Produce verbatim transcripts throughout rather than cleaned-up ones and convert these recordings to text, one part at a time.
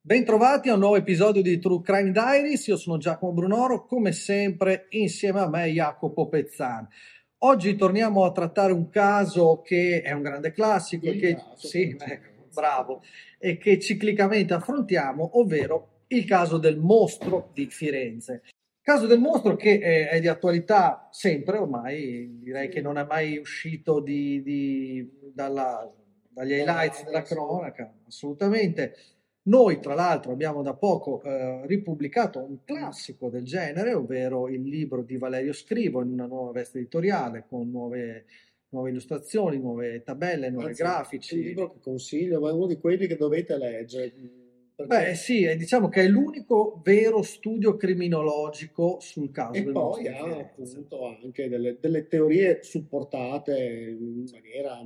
Bentrovati a un nuovo episodio di True Crime Diaries, io sono Giacomo Brunoro, come sempre insieme a me Jacopo Pezzan. Oggi torniamo a trattare un caso che è un grande classico, Il che, caso, sì, ecco, bravo, e che ciclicamente affrontiamo, ovvero il caso del mostro di Firenze. Caso del mostro che è, è di attualità sempre ormai, direi che non è mai uscito di, di- dalla- dagli highlights della cronaca, assolutamente. Noi, tra l'altro, abbiamo da poco eh, ripubblicato un classico del genere, ovvero il libro di Valerio Scrivo in una nuova veste editoriale con nuove, nuove illustrazioni, nuove tabelle, nuovi Anzi, è un grafici. libro che consiglio, ma è uno di quelli che dovete leggere, perché... Beh, sì, eh, diciamo che è l'unico vero studio criminologico sul caso E del poi mostro di ha Firenze. appunto anche delle, delle teorie supportate in maniera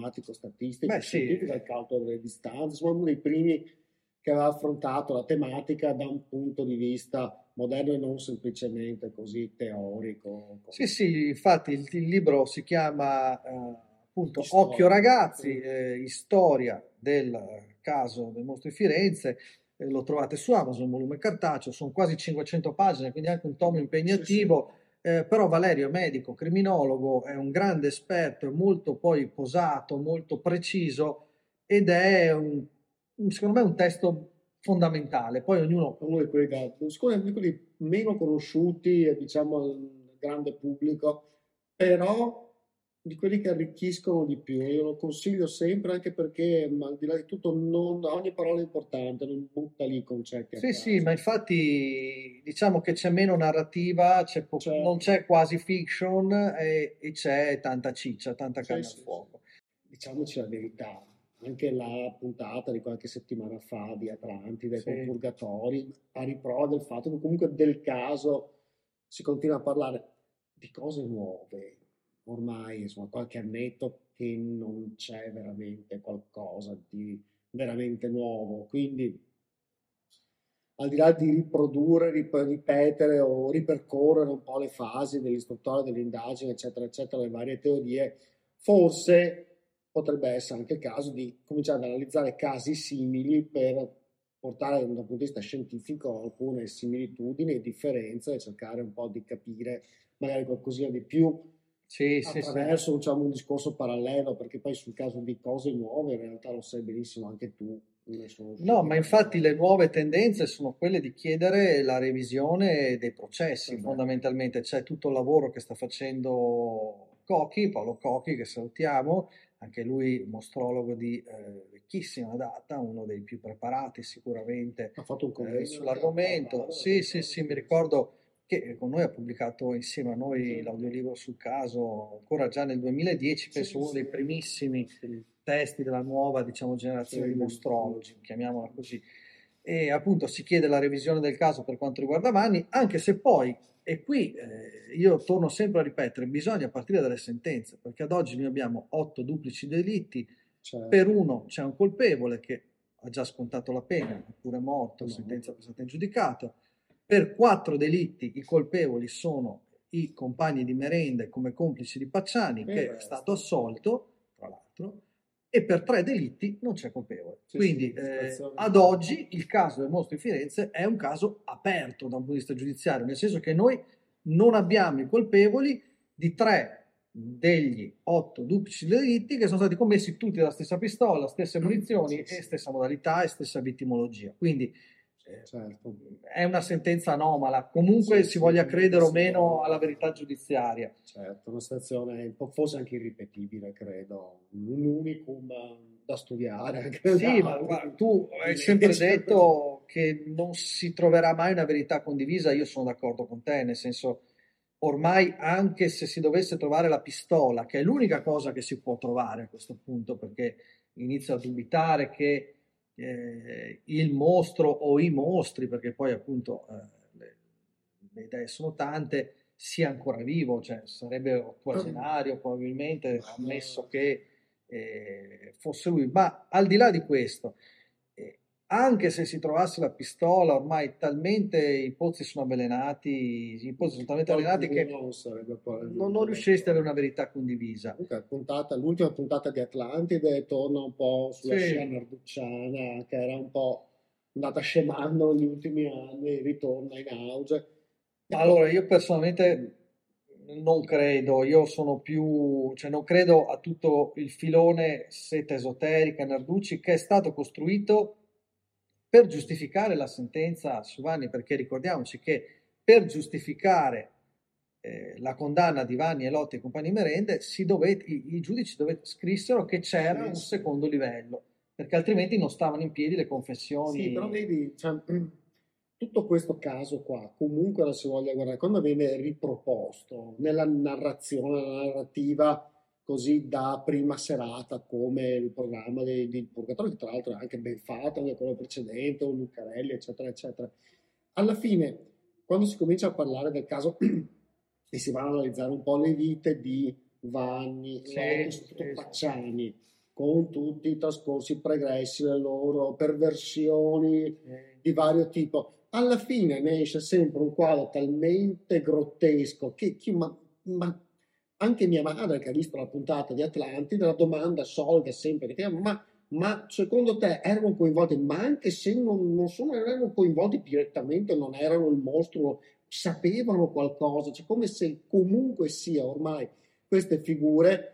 Beh, matematico-statistica, sì, scientifica, il calcolo delle distanze, insomma uno dei primi che aveva affrontato la tematica da un punto di vista moderno e non semplicemente così teorico, sì, come sì, infatti il, il libro si chiama eh, appunto Occhio storia. ragazzi, eh, storia del eh, caso del mostro di Firenze. Eh, lo trovate su Amazon, volume cartaceo, sono quasi cinquecento pagine, quindi anche un tomo Sì, sì. impegnativo. Eh, però Valerio è medico, criminologo, è un grande esperto, è molto poi posato, molto preciso ed è un, un- secondo me un testo fondamentale. Poi ognuno... Uno di quelli, da, sicuramente di quelli meno conosciuti, eh, diciamo, al grande pubblico, però di quelli che arricchiscono di più. Io lo consiglio sempre anche perché, ma al di là di tutto, non, ogni parola è importante, non butta lì concetti a Sì, sì, ma caso. infatti diciamo che c'è meno narrativa, c'è po- non Certo, c'è quasi fiction e, e c'è tanta ciccia, tanta sì, carne al sì, sì. fuoco. Diciamoci la verità, anche la puntata di qualche settimana fa di Atlantide con Sì, Purgatori, a riprova del fatto che comunque del caso si continua a parlare di cose nuove, ormai insomma qualche annetto che non c'è veramente qualcosa di veramente nuovo, quindi al di là di riprodurre, rip- ripetere o ripercorrere un po' le fasi dell'istruttore, dell'indagine, eccetera, eccetera, le varie teorie, forse potrebbe essere anche il caso di cominciare ad analizzare casi simili per portare da un punto di vista scientifico alcune similitudini e differenze e cercare un po' di capire magari qualcosina di più sì, sì, sì. attraverso diciamo, un discorso parallelo, perché poi sul caso di cose nuove in realtà lo sai benissimo anche tu, ne sono No, uscite ma infatti le tante. nuove tendenze sono quelle di chiedere la revisione dei processi, Vabbè. fondamentalmente c'è tutto il lavoro che sta facendo Cocchi, Paolo Cocchi, che salutiamo, anche lui mostrologo di eh, vecchissima data, uno dei più preparati sicuramente Ha fatto un eh, convegno anche a sull'argomento. parlare, Sì, sì, ricordo, sì, mi sì, sì. ricordo che con noi ha pubblicato insieme a noi Sì, l'audiolibro sul caso ancora già nel duemiladieci, penso sì, uno sì, dei primissimi ottimo. testi della nuova, diciamo, generazione di Sì. mostrologi, chiamiamola così. E appunto si chiede la revisione del caso per quanto riguarda Vanni, anche se poi, e qui eh, io torno sempre a ripetere, bisogna partire dalle sentenze, perché ad oggi noi abbiamo otto duplici delitti, per Certo, uno c'è un colpevole che ha già scontato la pena, è pure morto, è sentenza morto. passata in giudicato, per quattro delitti i colpevoli sono i compagni di merende come complici di Pacciani, E il che è stato resto? assolto, tra l'altro, e per tre delitti non c'è colpevole. Sì, sì, Quindi eh, distrazione di ad lavoro. oggi il caso del mostro di Firenze è un caso aperto da un punto di vista giudiziario, nel senso che noi non abbiamo i colpevoli di tre degli otto duplici delitti che sono stati commessi tutti dalla stessa pistola, stesse munizioni Sì, e sì, stessa modalità e stessa vittimologia. Quindi eh, certo. è una sentenza anomala, comunque Sì, si sì, voglia comunque credere o sia, meno alla verità giudiziaria. certo, una situazione un po' forse anche irripetibile, credo, un unicum da studiare anche Sì, da ma altri guarda, di, tu di hai sempre leggere. detto che non si troverà mai una verità condivisa, io sono d'accordo con te, nel senso, ormai anche se si dovesse trovare la pistola, che è l'unica cosa che si può trovare a questo punto, perché inizio a dubitare che eh, il mostro o i mostri, perché poi appunto eh, le, le idee sono tante, sia ancora vivo, cioè sarebbe ottuagenario probabilmente, Ma, ammesso che eh, fosse lui. Ma al di là di questo, eh, anche se si trovasse la pistola, ormai talmente i pozzi sono avvelenati, i pozzi sono talmente avvelenati qualcuno che non sarebbe non, non probabilmente riusciresti ad avere d'accordo. una verità condivisa. Comunque, puntata, l'ultima puntata di Atlantide torna un po' sulla scia Sì, narducciana, che era un po' andata scemando negli ultimi anni, ritorna in auge. E poi, Allora, io mm, personalmente non credo, io sono più, cioè non credo a tutto il filone setta esoterica, Narducci, che è stato costruito per giustificare la sentenza su Vanni, perché ricordiamoci che per giustificare eh, la condanna di Vanni e Lotti e compagni merende, si dovette, i, i giudici dove, scrissero che c'era sì, un sì. secondo livello, perché altrimenti non stavano in piedi le Sì, però confessioni. vedi, cioè, tutto questo caso qua, comunque la si voglia guardare, quando viene riproposto nella narrazione, nella narrativa così da prima serata, come il programma di, di Purgatorio, che tra l'altro è anche ben fatto, anche quello precedente, o Lucarelli, eccetera, eccetera. Alla fine, quando si comincia a parlare del caso e si vanno ad analizzare un po' le vite di Vanni, Lotti, Sì, soprattutto sì, sì. Pacciani, con tutti i trascorsi pregressi, le loro perversioni Sì. di vario tipo. Alla fine ne esce sempre un quadro talmente grottesco che chi, ma, ma anche mia madre che ha visto la puntata di Atlantide, la domanda solita sempre che ti ma, ma secondo te erano coinvolti? Ma anche se non, non sono, erano coinvolti direttamente, non erano il mostro, sapevano qualcosa, cioè come se comunque sia ormai queste figure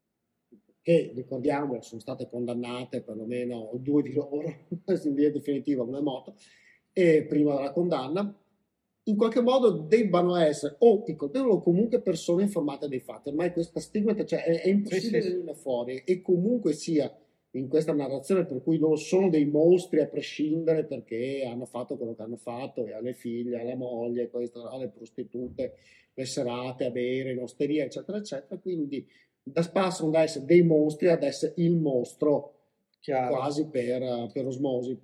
che ricordiamo sono state condannate, perlomeno due di loro, in via definitiva una è morto, e prima della condanna, in qualche modo debbano essere o i colpevoli o comunque persone informate dei fatti. Ormai questa stigmata, cioè, è, è Sì, sì, impossibile sì. venirne fuori e comunque sia in questa narrazione per cui loro sono dei mostri a prescindere perché hanno fatto quello che hanno fatto e alle figlie, alla moglie, questo, alle prostitute, le serate a bere in osteria, eccetera, eccetera. Quindi da passano da essere dei mostri ad essere il mostro Chiaro. quasi per, per osmosi.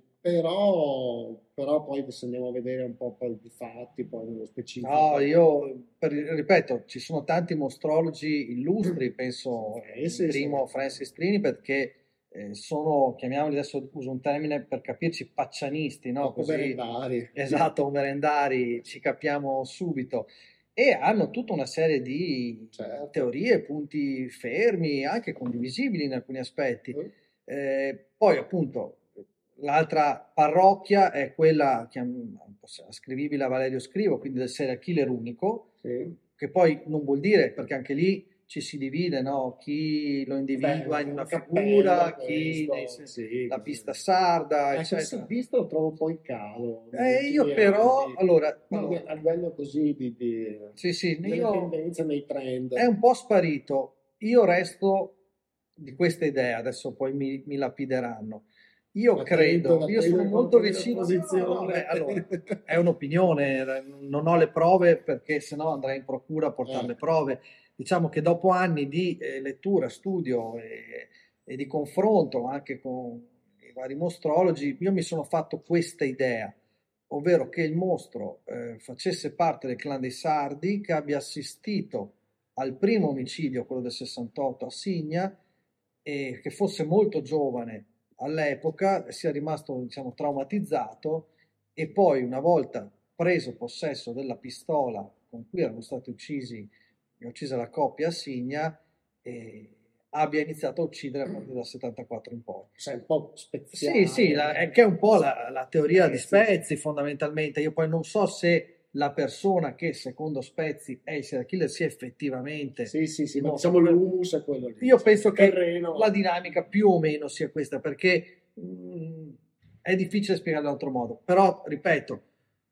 Però, però poi se andiamo a vedere un po' poi i fatti, poi nello No, specifico. io per- ripeto, ci sono tanti mostrologi illustri, penso Eh in sì, sì, primo Francis Trini, perché eh, sono, chiamiamoli adesso, uso un termine per capirci, paccianisti, no? poco Così, merendari. esatto, merendari, ci capiamo subito. E hanno tutta una serie di Certo. teorie, punti fermi, anche condivisibili in alcuni aspetti. Eh, Eh, poi, appunto, l'altra parrocchia è quella chiam- ascrivibile a Valerio Scrivo, quindi del serial killer unico, sì. che poi non vuol dire, perché anche lì ci si divide, no? Chi lo Beh, individua in è un una cappello figura, chi nei questo, se- sì. la pista sarda, Ecco, il eccetera. sabbista lo trovo un po' in calo negli Eh, io ultimi però, anni. allora, No, allora, a livello così di, di- sì, sì, nelle io tendenze, nei è trend. un po' sparito. Io resto di questa idea, adesso poi mi, mi lapideranno. Io Attento, credo, io sono attento quando molto prendi la vicino. No, no, no, beh, posizione. allora, è un'opinione, non ho le prove perché sennò andrei in procura a portare Eh, le prove. Diciamo che dopo anni di eh, lettura, studio e, e di confronto anche con i vari mostrologi, io mi sono fatto questa idea, ovvero che il mostro eh, facesse parte del clan dei Sardi, che abbia assistito al primo omicidio, quello del sessantotto a Signa, e che fosse molto giovane all'epoca, sia rimasto, diciamo, traumatizzato e poi una volta preso possesso della pistola con cui erano stati uccisi, uccisa la coppia a Signa, eh, abbia iniziato a uccidere a partire dal settantaquattro in poi. sei un po' Sì, sì, speziale. la- è che è un po' la, la teoria di Spezzi. Spezzi fondamentalmente. Io poi non so se la persona che secondo Spezzi è il serial killer sia effettivamente Sì, sì, sì, il ma mostro. diciamo l'humus è quello lì. Io Insomma. penso Il che terreno. la dinamica più o meno sia questa, perché mh, è difficile spiegarlo in altro modo. Però, ripeto,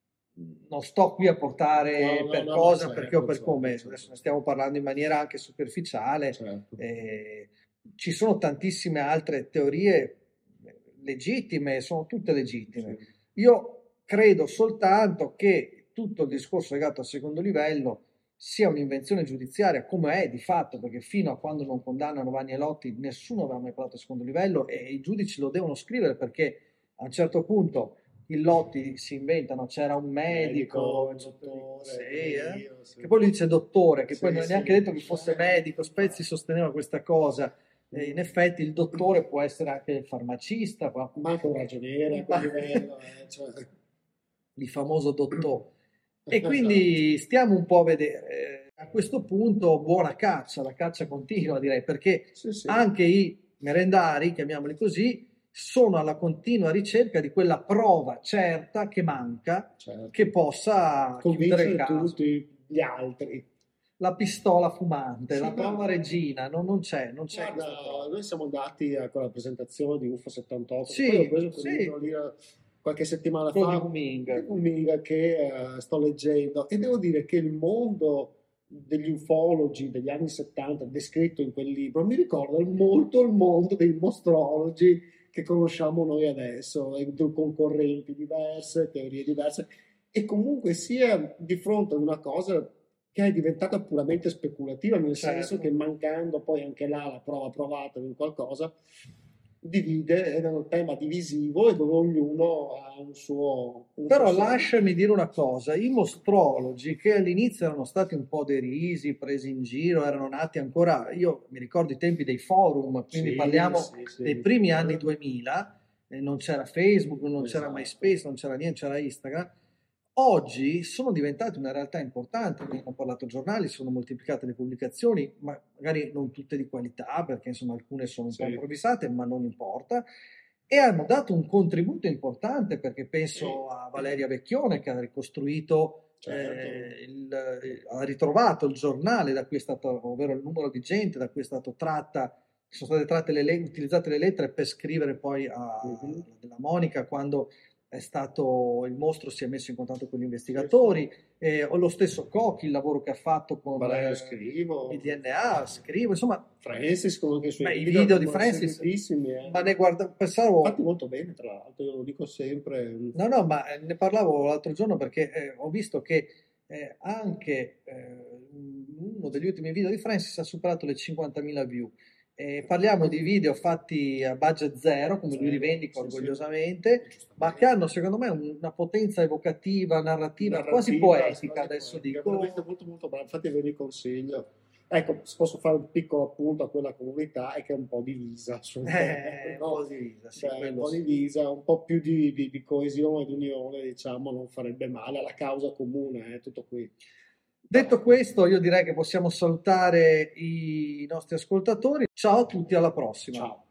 non sto qui a No, portare no, per no, ma cosa, perché o certo, per certo, come, adesso certo, ne stiamo parlando in maniera anche superficiale. certo. eh, Ci sono tantissime altre teorie legittime, sono tutte legittime. Sì. Io credo soltanto che tutto il discorso legato al secondo livello sia un'invenzione giudiziaria, come è di fatto, perché fino a quando non condannano Vanni e Lotti nessuno aveva mai parlato di secondo livello e i giudici lo devono scrivere perché a un certo punto il Lotti si inventano, c'era un medico, Medico, un eccetera. Sì, dottore, pure eh? io, sì. Che poi lui dice dottore, che poi Sì, non è sì. neanche detto che fosse Eh, medico, Spezzi sosteneva questa cosa. E in mm. effetti il dottore può essere anche il farmacista, qua- Manca un ragioniere a quel ma- livello, eh, cioè. il famoso dottore. E Esatto. quindi stiamo un po' a vedere. A questo punto buona caccia, la caccia continua direi, perché Sì, sì. anche i merendari, chiamiamoli così, sono alla continua ricerca di quella prova certa che manca, Certo. che possa chiudere il Convincere caso. tutti gli altri. La pistola fumante, Sì, la ma prova regina, no, non c'è, non c'è questa guarda, prova. noi siamo andati a quella presentazione di U F O settantotto, che poi ho Sì, preso quel sì, libro lì eh, qualche settimana quello di fa, di Wuming. Humming, che eh, sto leggendo, e devo dire che il mondo degli ufologi degli anni settanta, descritto in quel libro, mi ricorda molto il mondo dei mostrologi che conosciamo noi adesso, e due concorrenti diverse, teorie diverse, e comunque sia di fronte ad una cosa che è diventata puramente speculativa, nel senso che Certo. mancando poi anche là la prova provata in qualcosa, divide, è un tema divisivo e dove ognuno ha un suo, un suo Però senso. lasciami dire una cosa, i mostrologi che all'inizio erano stati un po' derisi, presi in giro, erano nati ancora, io mi ricordo i tempi dei forum, quindi Sì, parliamo sì, dei sì. primi anni duemila, e non c'era Facebook, non c'era Esatto. MySpace, non c'era niente, c'era Instagram. Oggi sono diventati una realtà importante, ne hanno parlato giornali, sono moltiplicate le pubblicazioni, ma magari non tutte di qualità, perché insomma alcune sono un po' Sì, improvvisate, ma non importa. E hanno dato un contributo importante perché sì, penso a Valeria Vecchione che ha ricostruito, certo. eh, il- eh, ha ritrovato il giornale da cui è stato, ovvero il numero di gente da cui è stato tratta, sono state tratte le, le- utilizzate le lettere per scrivere poi a, Mhm. della Monica quando è stato il mostro si è messo in contatto con gli Sì, sì. investigatori, eh, o lo stesso Cocchi, il lavoro che ha fatto con Valerio eh, il Scrivo, D N A, scrivo, insomma, Francis con anche i suoi beh, i video, video di come Francis, seguitissimi, ma eh. ne guarda, Fatti pensavo. molto bene, tra l'altro, io lo dico sempre. No, no, ma eh, ne parlavo l'altro giorno perché eh, ho visto che eh, anche eh, uno degli ultimi video di Francis ha superato le cinquantamila view. Eh, parliamo di video fatti a budget zero, come lui Zero, rivendica sì, sì, orgogliosamente, ma che giustamente. hanno secondo me un- una potenza evocativa, narrativa, quasi Narrativa, poetica, quasi adesso poetica, veramente dico. molto molto bravo, infatti ve li consiglio. Ecco, se posso fare un piccolo appunto a quella comunità, è che è un po' divisa sul Eh, un po' terreno, divisa, sì, beh, un quello po' sì. divisa, un po' più di, di- di coesione, di unione, diciamo, non farebbe male alla causa comune, è tutto qui. Detto Vabbè, questo, io direi che possiamo salutare i nostri ascoltatori. Ciao a tutti, alla prossima. ciao.